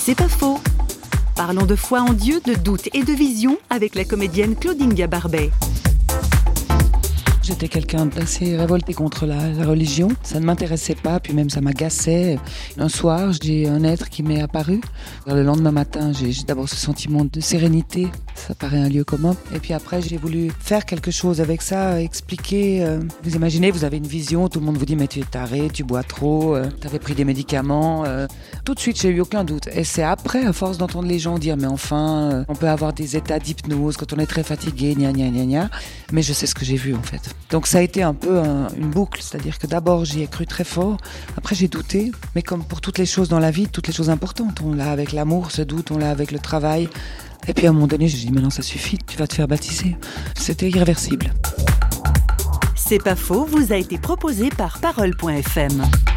C'est pas faux. Parlons de foi en Dieu, de doute et de vision avec la comédienne Claudine Gabarbet. J'étais quelqu'un d'assez révolté contre la religion. Ça ne m'intéressait pas, puis même ça m'agaçait. Un soir, j'ai un être qui m'est apparu. Le lendemain matin, j'ai d'abord ce sentiment de sérénité. Ça paraît un lieu commun. Et puis après, j'ai voulu faire quelque chose avec ça, expliquer. Vous imaginez, vous avez une vision, tout le monde vous dit « mais tu es taré, tu bois trop, tu avais pris des médicaments ». Tout de suite, j'ai eu aucun doute. Et c'est après, à force d'entendre les gens dire « mais enfin, on peut avoir des états d'hypnose quand on est très fatigué, gna gna gna gna ». Mais je sais ce que j'ai vu en fait. Donc ça a été un peu une boucle, c'est-à-dire que d'abord j'y ai cru très fort, après j'ai douté, mais comme pour toutes les choses dans la vie, toutes les choses importantes, on l'a avec l'amour, ce doute, on l'a avec le travail. Et puis à un moment donné, j'ai dit maintenant ça suffit, tu vas te faire baptiser. C'était irréversible. C'est pas faux, vous a été proposé par Parole.fm.